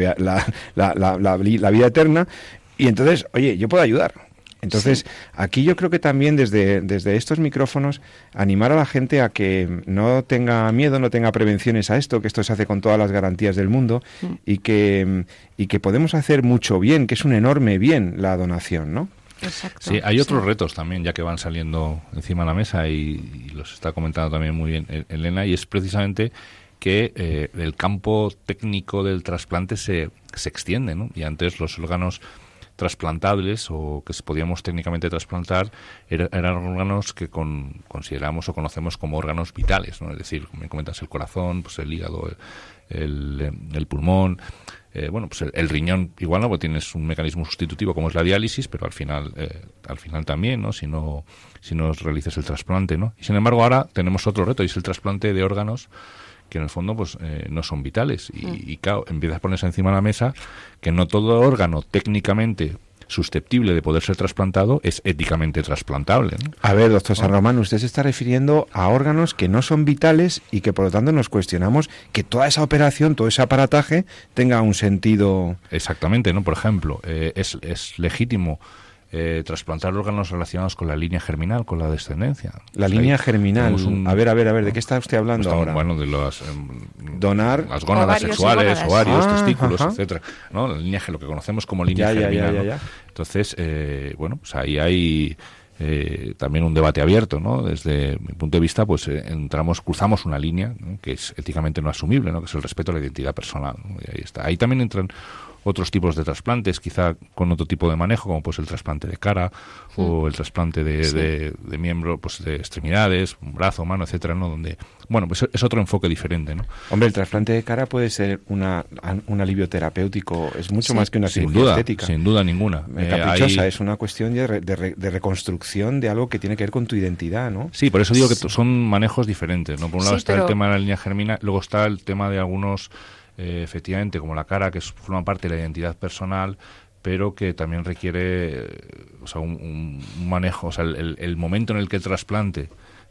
vida eterna, y entonces, oye, yo puedo ayudar. Entonces, aquí yo creo que también desde estos micrófonos animar a la gente a que no tenga miedo, no tenga prevenciones a esto, que esto se hace con todas las garantías del mundo y que podemos hacer mucho bien, que es un enorme bien la donación, ¿no? Exacto. Sí, hay otros retos también, ya que van saliendo encima de la mesa y los está comentando también muy bien Elena, y es precisamente que el campo técnico del trasplante se extiende, ¿no? Y antes los órganos trasplantables o que podíamos técnicamente trasplantar eran órganos que consideramos o conocemos como órganos vitales, ¿no? Es decir, como me comentas, el corazón, pues el hígado, el pulmón, pues el riñón igual no, porque tienes un mecanismo sustitutivo como es la diálisis, pero al final también, ¿no? Si no realizas el trasplante, ¿no? Y sin embargo ahora tenemos otro reto, y es el trasplante de órganos que en el fondo pues no son vitales y claro, empiezas a ponerse encima de la mesa que no todo órgano técnicamente susceptible de poder ser trasplantado es éticamente trasplantable, ¿no? A ver, doctor San Román, usted se está refiriendo a órganos que no son vitales y que por lo tanto nos cuestionamos que toda esa operación, todo ese aparataje tenga un sentido. Exactamente, ¿no? Por ejemplo, es legítimo trasplantar órganos relacionados con la línea germinal, con la descendencia. La línea germinal. A ver, ¿de qué está usted hablando ahora? Bueno, de los donar las gónadas sexuales, ovarios, testículos, etcétera, ¿no? La línea, lo que conocemos como línea germinal. Ya. Entonces, pues ahí hay también un debate abierto, ¿no? Desde mi punto de vista, pues cruzamos una línea, ¿no?, que es éticamente no asumible, ¿no?, que es el respeto a la identidad personal, ¿no? Y ahí está. Ahí también entran otros tipos de trasplantes, quizá con otro tipo de manejo, como pues el trasplante de cara o el trasplante de miembro, pues de extremidades, un brazo, mano, etcétera, ¿no? Donde, pues es otro enfoque diferente, ¿no? Hombre, el trasplante de cara puede ser un alivio terapéutico, es mucho más que una cirugía estética. Sin duda ninguna. Caprichosa, es una cuestión de reconstrucción de algo que tiene que ver con tu identidad, ¿no? Sí, por eso digo que son manejos diferentes, ¿no? Por un lado está el tema de la línea germinal, luego está el tema de algunos efectivamente, como la cara, que forma parte de la identidad personal, pero que también requiere un manejo, el momento en el que el trasplante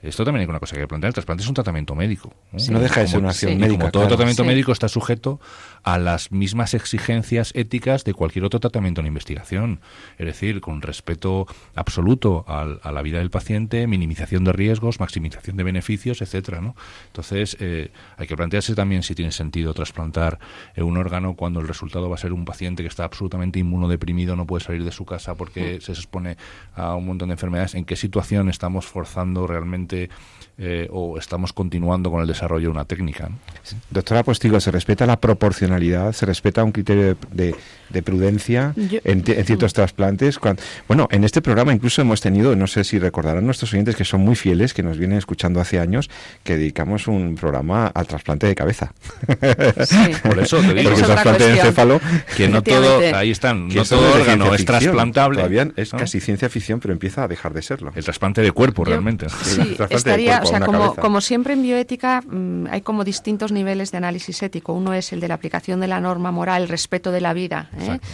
Esto también hay una cosa que hay que plantear. El trasplante es un tratamiento médico. No deja de ser una acción médica. Como todo tratamiento Sí. médico está sujeto a las mismas exigencias éticas de cualquier otro tratamiento en investigación. Es decir, con respeto absoluto a la vida del paciente, minimización de riesgos, maximización de beneficios, etcétera, ¿no? Entonces, hay que plantearse también si tiene sentido trasplantar un órgano cuando el resultado va a ser un paciente que está absolutamente inmunodeprimido, no puede salir de su casa porque se expone a un montón de enfermedades. ¿En qué situación estamos forzando realmente o estamos continuando con el desarrollo de una técnica, ¿no? Doctora Postigo, ¿se respeta la proporcionalidad? ¿Se respeta un criterio de prudencia en ciertos trasplantes? Bueno, en este programa incluso hemos tenido, no sé si recordarán nuestros oyentes que son muy fieles, que nos vienen escuchando hace años, que dedicamos un programa al trasplante de cabeza. Sí. Por eso te digo, Porque el trasplante de encéfalo, que no todo, ahí están, no todo órgano es trasplantable. Todavía es ¿no? casi ciencia ficción, pero empieza a dejar de serlo. El trasplante de cuerpo, realmente. Sí, trasplante de estaría, cuerpo o sea, a una cabeza. como siempre en bioética hay como distintos niveles de análisis ético. Uno es el de la aplicación de la norma moral, el respeto de la vida,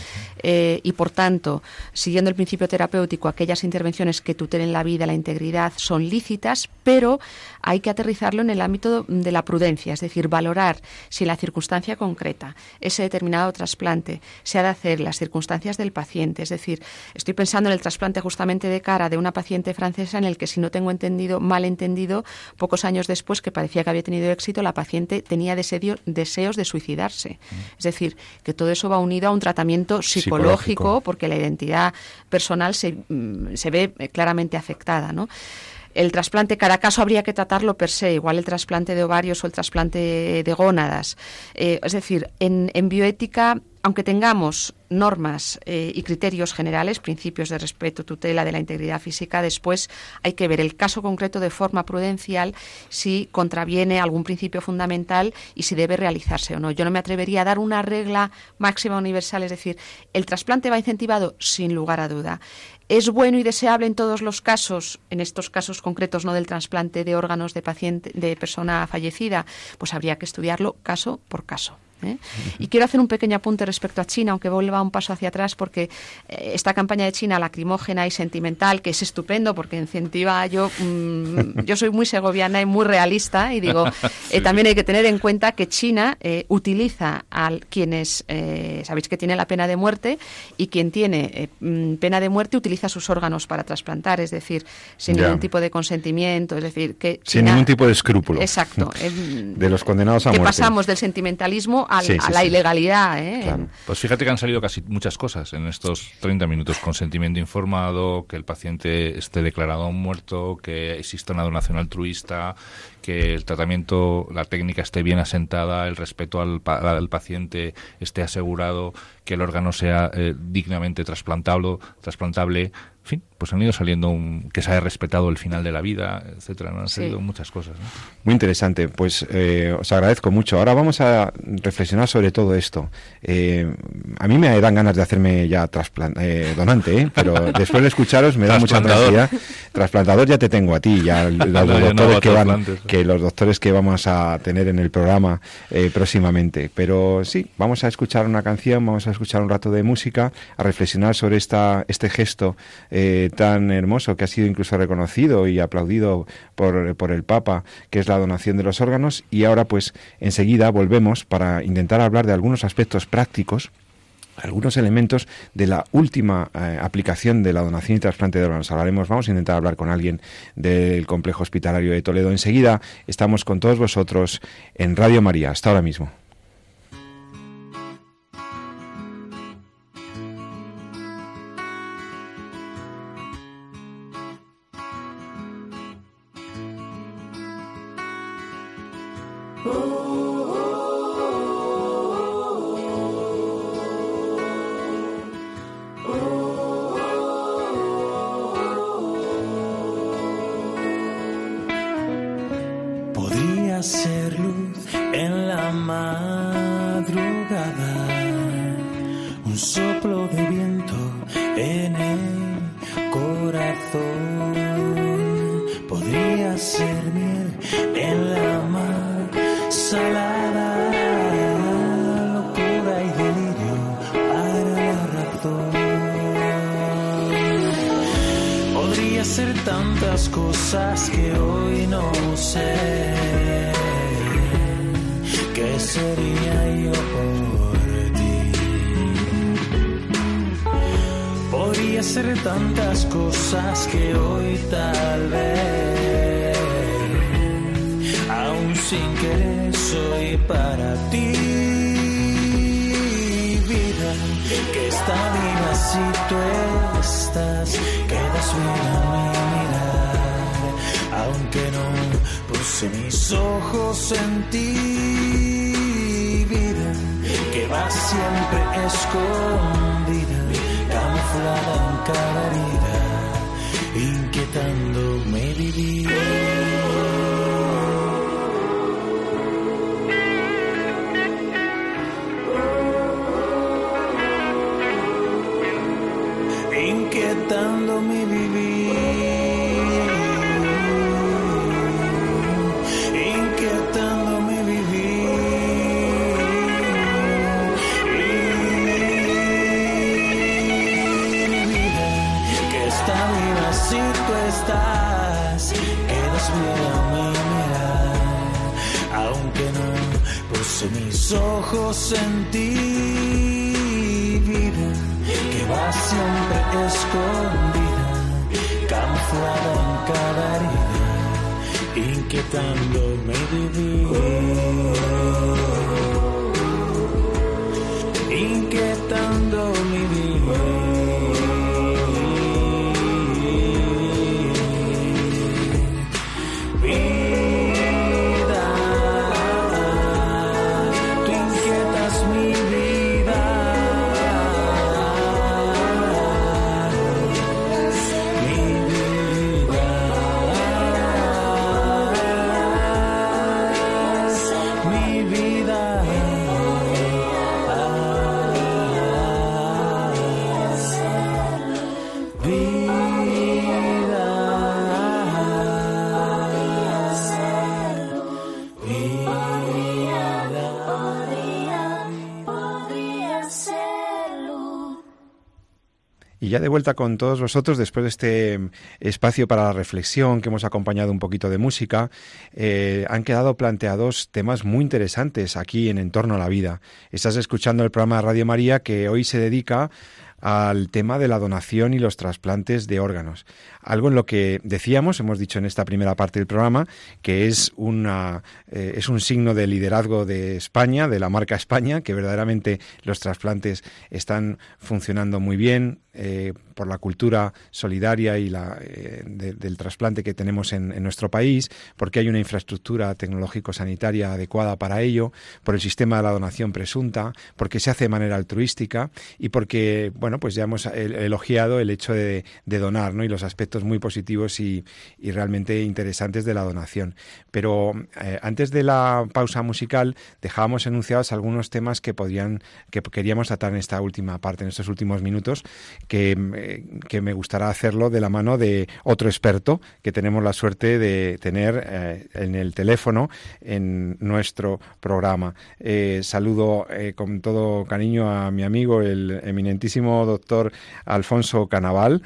y por tanto, siguiendo el principio terapéutico, aquellas intervenciones que tutelen la vida, la integridad, son lícitas, pero hay que aterrizarlo en el ámbito de la prudencia, es decir, valorar si en la circunstancia concreta ese determinado trasplante se ha de hacer las circunstancias del paciente. Es decir, estoy pensando en el trasplante justamente de cara de una paciente francesa en el que, si no tengo mal entendido, pocos años después, que parecía que había tenido éxito, la paciente tenía deseos de suicidarse. Es decir, que todo eso va unido a un tratamiento psicológico. Porque la identidad personal se ve claramente afectada, ¿no? El trasplante, cada caso habría que tratarlo per se, igual el trasplante de ovarios o el trasplante de gónadas. Es decir, en bioética, aunque tengamos normas y criterios generales, principios de respeto, tutela de la integridad física, después hay que ver el caso concreto de forma prudencial, si contraviene algún principio fundamental y si debe realizarse o no. Yo no me atrevería a dar una regla máxima universal, es decir, ¿el trasplante va incentivado? Sin lugar a duda. ¿Es bueno y deseable en todos los casos, en estos casos concretos no del trasplante de órganos de paciente, de persona fallecida? Pues habría que estudiarlo caso por caso. Y quiero hacer un pequeño apunte respecto a China, aunque vuelva un paso hacia atrás, porque esta campaña de China lacrimógena y sentimental, que es estupendo porque incentiva, yo soy muy segoviana y muy realista, y digo, también hay que tener en cuenta que China utiliza a quienes, sabéis que tiene la pena de muerte, y quien tiene pena de muerte utiliza sus órganos para trasplantar, es decir, sin ningún tipo de consentimiento, es decir, que China, sin ningún tipo de escrúpulo. Exacto. De los condenados a muerte. Que pasamos del sentimentalismo a la ilegalidad. Claro. Pues fíjate que han salido casi muchas cosas en estos 30 minutos. Consentimiento informado, que el paciente esté declarado muerto, que exista una donación altruista, que el tratamiento, la técnica esté bien asentada, el respeto al paciente esté asegurado, que el órgano sea dignamente trasplantable. En fin, pues han ido saliendo que se haya respetado el final de la vida, etcétera, ¿no? Han salido muchas cosas, ¿no? Muy interesante, pues os agradezco mucho. Ahora vamos a reflexionar sobre todo esto. A mí me dan ganas de hacerme ya donante, pero después de escucharos me da mucha tranquilidad. Trasplantador ya te tengo a ti, ya los doctores que vamos a tener en el programa próximamente. Pero sí, vamos a escuchar una canción, vamos a escuchar un rato de música, a reflexionar sobre este gesto tan hermoso, que ha sido incluso reconocido y aplaudido por el Papa, que es la donación de los órganos. Y ahora pues enseguida volvemos para intentar hablar de algunos aspectos prácticos, algunos elementos de la última aplicación de la donación y trasplante de órganos. Vamos a intentar hablar con alguien del Complejo Hospitalario de Toledo. Enseguida estamos con todos vosotros en Radio María. Hasta ahora mismo. Podría ser luz en la madrugada, un soplo de viento en el corazón. Podría ser miel en la mar salada, locura y delirio para la razón. Podría hacer tantas cosas que hoy no sé. ¿Qué sería yo por ti? Podría hacer tantas cosas que hoy tal vez, aún sin querer, soy para ti. Vida, que está viva si tú estás, quedas viva a mi mirar, aunque no puse mis ojos en ti. Vida, que va siempre escondida, camuflada en cada herida, inquietándome vivir. Inquietando mi vivir, inquietando mi vivir, vida que está viva si tú estás, quedas viva a mi mirar, aunque no puse mis ojos en ti. Vida que va siempre escondida, camuflada en cada herida, inquietándome vivir, inquietando mi vida, tú inquietas mi vida. Y ya de vuelta con todos vosotros después de este espacio para la reflexión que hemos acompañado un poquito de música, han quedado planteados temas muy interesantes aquí en Torno a la Vida. Estás escuchando el programa de Radio María que hoy se dedica al tema de la donación y los trasplantes de órganos. Algo en lo que decíamos, hemos dicho en esta primera parte del programa, que es un signo de liderazgo de España, de la marca España, que verdaderamente los trasplantes están funcionando muy bien por la cultura solidaria y del trasplante que tenemos en nuestro país, porque hay una infraestructura tecnológico-sanitaria adecuada para ello, por el sistema de la donación presunta, porque se hace de manera altruística y porque, bueno, pues ya hemos elogiado el hecho de donar, ¿no? Y los aspectos muy positivos y realmente interesantes de la donación. Pero antes de la pausa musical dejábamos enunciados algunos temas que queríamos tratar en esta última parte, en estos últimos minutos, que me gustará hacerlo de la mano de otro experto que tenemos la suerte de tener en el teléfono en nuestro programa. Saludo con todo cariño a mi amigo, el eminentísimo doctor Alfonso Canaval,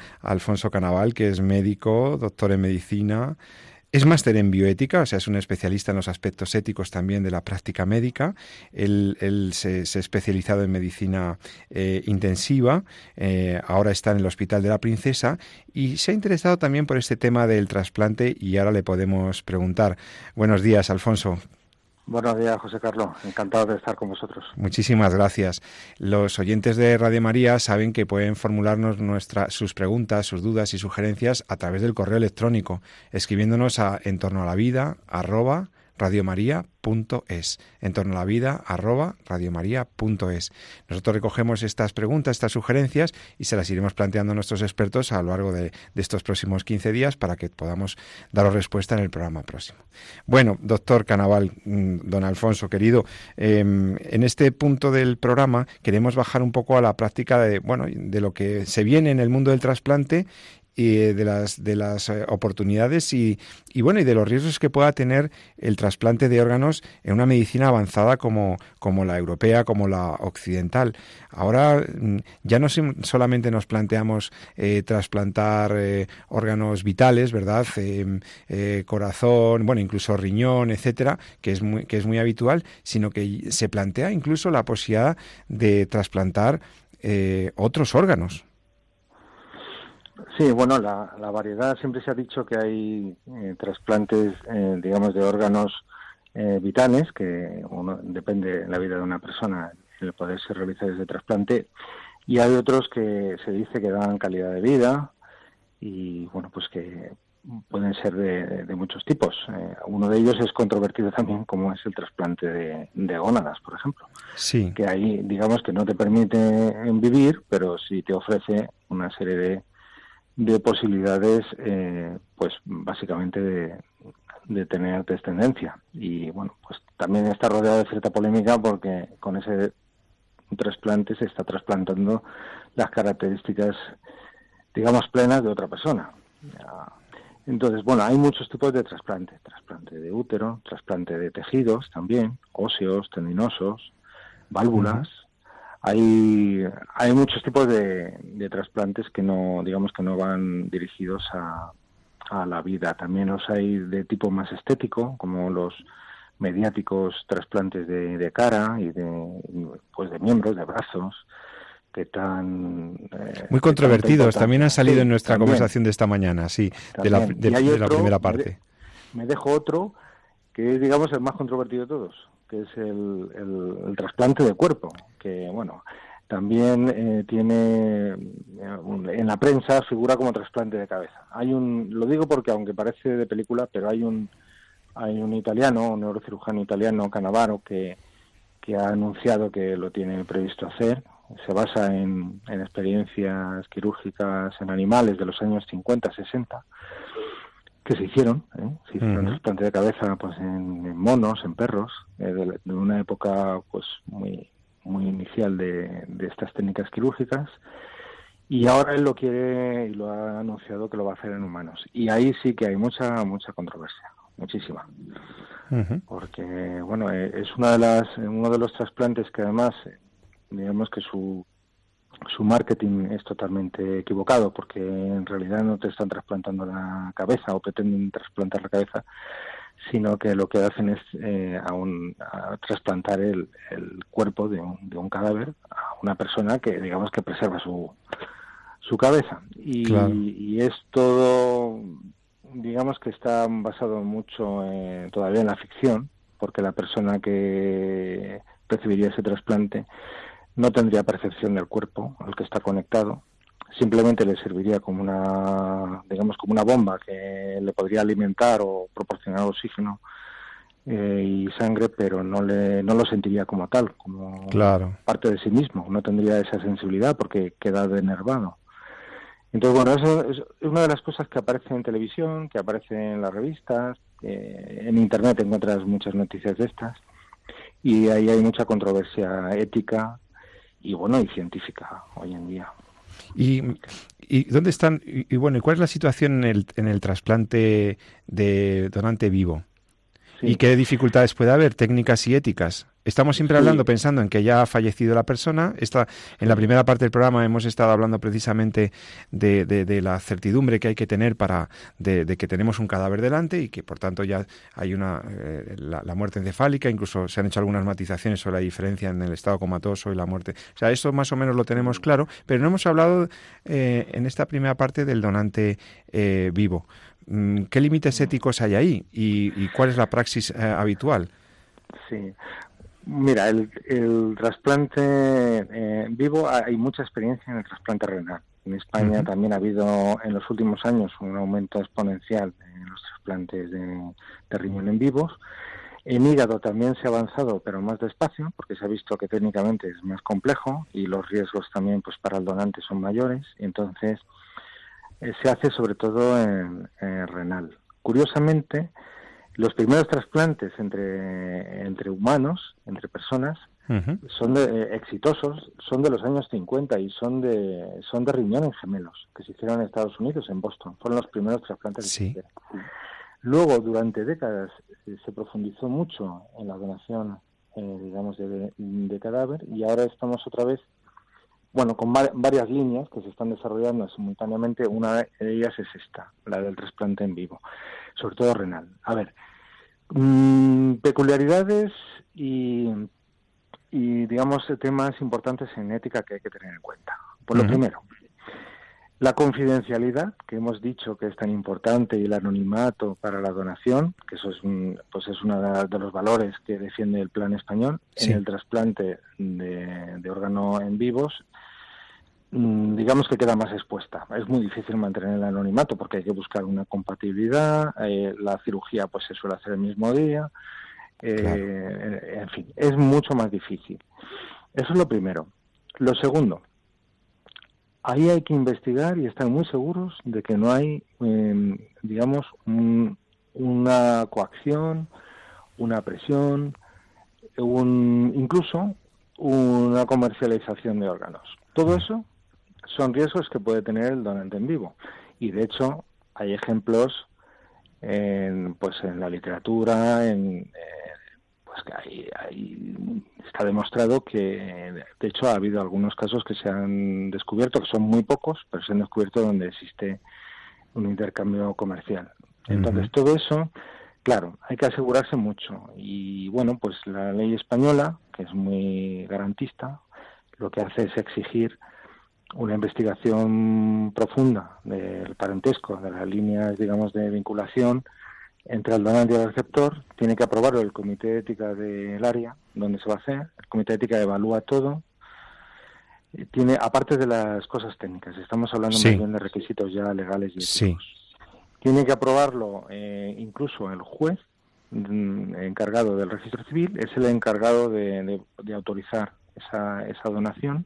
que es médico, doctor en medicina. Es máster en bioética, o sea, es un especialista en los aspectos éticos también de la práctica médica. Él se ha especializado en medicina intensiva, ahora está en el Hospital de la Princesa y se ha interesado también por este tema del trasplante y ahora le podemos preguntar. Buenos días, Alfonso. Buenos días, José Carlos. Encantado de estar con vosotros. Muchísimas gracias. Los oyentes de Radio María saben que pueden formularnos sus preguntas, sus dudas y sugerencias a través del correo electrónico, escribiéndonos a entornoalavida@radiomaria.es, entornoalavida@radiomaria.es. Nosotros recogemos estas preguntas, estas sugerencias y se las iremos planteando a nuestros expertos a lo largo de estos próximos 15 días para que podamos daros respuesta en el programa próximo. Bueno, doctor Canaval, don Alfonso, querido, en este punto del programa queremos bajar un poco a la práctica de lo que se viene en el mundo del trasplante y de las oportunidades y bueno, y de los riesgos que pueda tener el trasplante de órganos en una medicina avanzada como la europea, como la occidental. Ahora ya no solamente nos planteamos trasplantar órganos vitales, ¿verdad? Corazón, bueno, incluso riñón, etcétera, que es muy habitual, sino que se plantea incluso la posibilidad de trasplantar otros órganos. Sí, bueno, la variedad, siempre se ha dicho que hay trasplantes, digamos, de órganos vitales, que depende de la vida de una persona el poderse realizar ese trasplante, y hay otros que se dice que dan calidad de vida y, bueno, pues que pueden ser de muchos tipos. Uno de ellos es controvertido también, como es el trasplante de gónadas, por ejemplo. Sí. Que ahí, digamos, que no te permite vivir, pero sí te ofrece una serie de posibilidades, pues básicamente de tener descendencia. Y bueno, pues también está rodeado de cierta polémica porque con ese trasplante se está trasplantando las características, digamos, plenas de otra persona. Entonces, bueno, hay muchos tipos de trasplante. Trasplante de útero, trasplante de tejidos también, óseos, tendinosos, válvulas. Hay muchos tipos de trasplantes que no, digamos, que no van dirigidos a la vida. También los hay de tipo más estético, como los mediáticos trasplantes de cara y de miembros, de brazos, que tan muy controvertidos. También han salido en nuestra conversación de esta mañana, sí, de la primera parte. Me dejo otro que es, digamos, el más controvertido de todos, que es el trasplante de cuerpo, que, bueno, también tiene, en la prensa figura como trasplante de cabeza. Lo digo porque, aunque parece de película, pero hay un italiano, un neurocirujano italiano, Canavaro, que ha anunciado que lo tiene previsto hacer. Se basa en experiencias quirúrgicas en animales de los años 50, 60, que se hicieron trasplante de cabeza, pues en monos, en perros, de una época pues muy inicial de estas técnicas quirúrgicas, y ahora él lo quiere y lo ha anunciado que lo va a hacer en humanos, y ahí sí que hay mucha controversia, muchísima, porque bueno, es uno de los trasplantes que además, digamos que su marketing es totalmente equivocado, porque en realidad no te están trasplantando la cabeza o pretenden trasplantar la cabeza, sino que lo que hacen es a trasplantar el cuerpo de un cadáver a una persona que, digamos, que preserva su cabeza. Y, claro. Y es todo, digamos, que está basado mucho todavía en la ficción, porque la persona que recibiría ese trasplante no tendría percepción del cuerpo al que está conectado, simplemente le serviría como una bomba que le podría alimentar o proporcionar oxígeno y sangre, pero no lo sentiría como tal, como parte de sí mismo, no tendría esa sensibilidad porque queda denervado. Entonces, bueno, eso es una de las cosas que aparece en televisión, que aparece en las revistas, en Internet encuentras muchas noticias de estas, y ahí hay mucha controversia ética y científica hoy en día. ¿Y dónde están? Y bueno, ¿y cuál es la situación en el trasplante de donante vivo? Sí. ¿Y qué dificultades puede haber, técnicas y éticas? Estamos siempre hablando, pensando en que ya ha fallecido la persona. En la primera parte del programa hemos estado hablando precisamente de la certidumbre que hay que tener de que tenemos un cadáver delante y que por tanto ya hay la muerte encefálica. Incluso se han hecho algunas matizaciones sobre la diferencia en el estado comatoso y la muerte. O sea, eso más o menos lo tenemos claro, pero no hemos hablado en esta primera parte del donante vivo. ¿Qué límites éticos hay ahí y cuál es la praxis habitual? Sí. Mira, el trasplante vivo, hay mucha experiencia en el trasplante renal. En España también ha habido en los últimos años un aumento exponencial en los trasplantes de riñón en vivos. En hígado también se ha avanzado, pero más despacio, porque se ha visto que técnicamente es más complejo y los riesgos también, pues, para el donante son mayores. Entonces, se hace sobre todo en renal. Curiosamente, Los primeros trasplantes entre humanos, entre personas, son exitosos, son de los años 50 y son de riñones gemelos que se hicieron en Estados Unidos, en Boston. Fueron los primeros trasplantes que se hicieron. Luego, durante décadas, se profundizó mucho en la donación, digamos, de cadáver, y ahora estamos otra vez, bueno, con varias líneas que se están desarrollando simultáneamente. Una de ellas es esta, la del trasplante en vivo, sobre todo renal. A ver, peculiaridades y digamos, temas importantes en ética que hay que tener en cuenta. Por lo primero, la confidencialidad, que hemos dicho que es tan importante, y el anonimato para la donación, que eso es uno de los valores que defiende el Plan Español. En el trasplante de órgano en vivos, digamos que queda más expuesta. Es muy difícil mantener el anonimato porque hay que buscar una compatibilidad, la cirugía pues se suele hacer el mismo día, en fin, es mucho más difícil. Eso es lo primero. Lo segundo, ahí hay que investigar y estar muy seguros de que no hay, digamos, una coacción, una presión, incluso una comercialización de órganos. Todo eso son riesgos que puede tener el donante en vivo. Y de hecho hay ejemplos en la literatura, pues que está demostrado que, de hecho, ha habido algunos casos que se han descubierto, que son muy pocos, pero se han descubierto donde existe un intercambio comercial. Entonces, todo eso, claro, hay que asegurarse mucho. Y, bueno, pues la ley española, que es muy garantista, lo que hace es exigir una investigación profunda del parentesco, de las líneas, digamos, de vinculación entre el donante y el receptor. Tiene que aprobarlo el Comité de Ética del área donde se va a hacer. El Comité de Ética evalúa todo. Tiene, aparte de las cosas técnicas, estamos hablando más bien de requisitos ya legales y éticos. Tiene que aprobarlo incluso el juez encargado del registro civil, es el encargado de autorizar esa donación.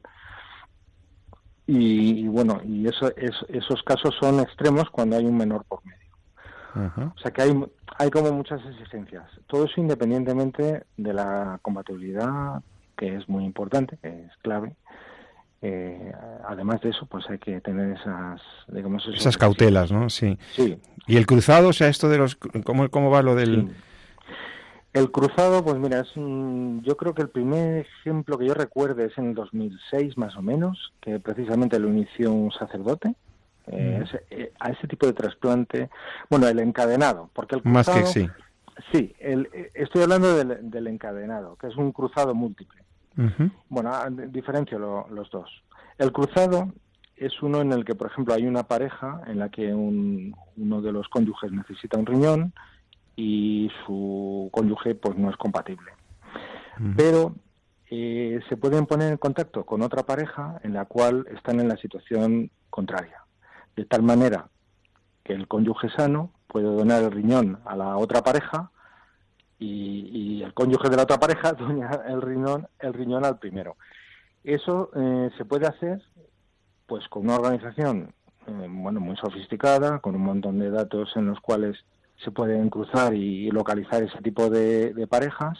Y bueno, y esos casos son extremos cuando hay un menor por medio. O sea que hay como muchas exigencias. Todo eso independientemente de la compatibilidad, que es muy importante, que es clave. Además de eso, pues hay que tener esas cautelas, ¿no? Sí. Y el cruzado, o sea, esto de los, ¿cómo va lo del? Sí. El cruzado, pues mira, yo creo que el primer ejemplo que yo recuerde es en el 2006 más o menos, que precisamente lo inició un sacerdote. A ese tipo de trasplante, bueno, el encadenado, porque el cruzado... Más que sí, estoy hablando del encadenado, que es un cruzado múltiple. Bueno, diferencio los dos. El cruzado es uno en el que, por ejemplo, hay una pareja en la que uno de los cónyuges necesita un riñón y su cónyuge pues no es compatible. Pero se pueden poner en contacto con otra pareja en la cual están en la situación contraria, de tal manera que el cónyuge sano puede donar el riñón a la otra pareja y el cónyuge de la otra pareja dona el riñón al primero. Eso se puede hacer pues con una organización muy sofisticada, con un montón de datos en los cuales se pueden cruzar y localizar ese tipo de parejas.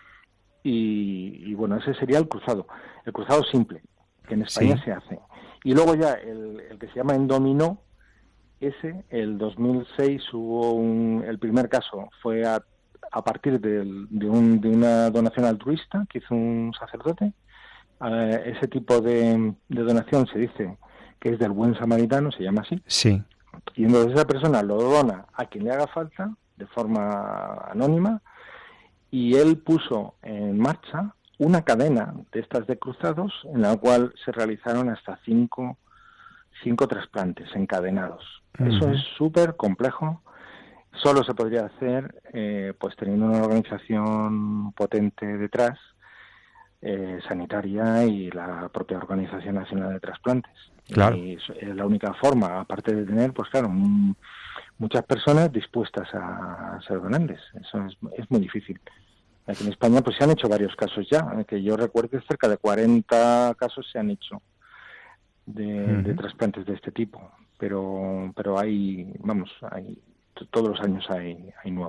Y bueno, ese sería el cruzado simple, que en España se hace. Y luego ya el que se llama endominó, el 2006 hubo el primer caso, fue a partir de una donación altruista que hizo un sacerdote. Ese tipo de donación se dice que es del buen samaritano, se llama así. Sí. Y entonces esa persona lo dona a quien le haga falta, de forma anónima, y él puso en marcha una cadena de estas de cruzados en la cual se realizaron hasta cinco trasplantes encadenados. Eso es súper complejo. Solo se podría hacer pues teniendo una organización potente detrás, sanitaria, y la propia Organización Nacional de Trasplantes. Claro. Y es la única forma, aparte de tener, pues claro, muchas personas dispuestas a ser donantes. Eso es muy difícil. Aquí en España pues se han hecho varios casos ya, que yo recuerdo que cerca de 40 casos se han hecho de trasplantes de este tipo, pero hay todos los años hay nuevos.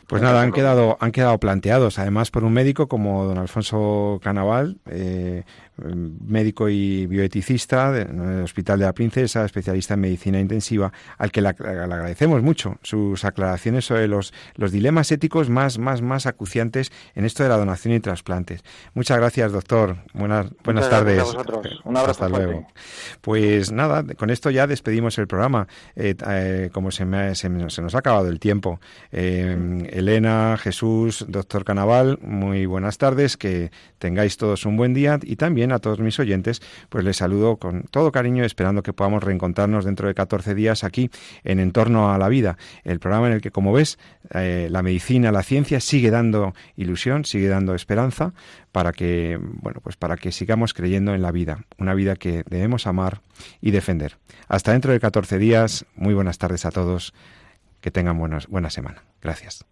Pues nada, han quedado planteados, además por un médico como don Alfonso Canaval, médico y bioeticista del Hospital de la Princesa, especialista en medicina intensiva, al que le agradecemos mucho sus aclaraciones sobre los dilemas éticos más acuciantes en esto de la donación y trasplantes. Muchas gracias, doctor. Buenas tardes. Gracias a vosotros. Un abrazo. Hasta luego. Pues nada, con esto ya despedimos el programa. Como se nos ha acabado el tiempo. Elena, Jesús, doctor Canaval, muy buenas tardes, que tengáis todos un buen día, y también a todos mis oyentes, pues les saludo con todo cariño, esperando que podamos reencontrarnos dentro de 14 días aquí en Entorno a la Vida, el programa en el que, como ves, la medicina, la ciencia sigue dando ilusión, sigue dando esperanza para que sigamos creyendo en la vida, una vida que debemos amar y defender. Hasta dentro de 14 días, muy buenas tardes a todos, que tengan buena semana. Gracias.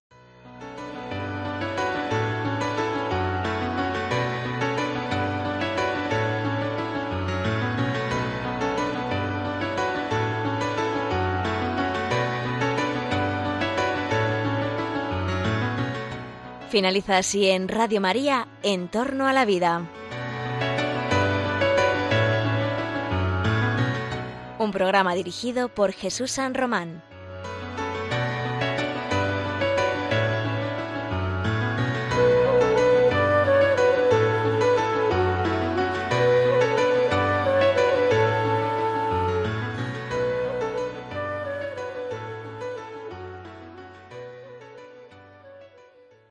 Finaliza así en Radio María, En torno a la vida. Un programa dirigido por Jesús San Román.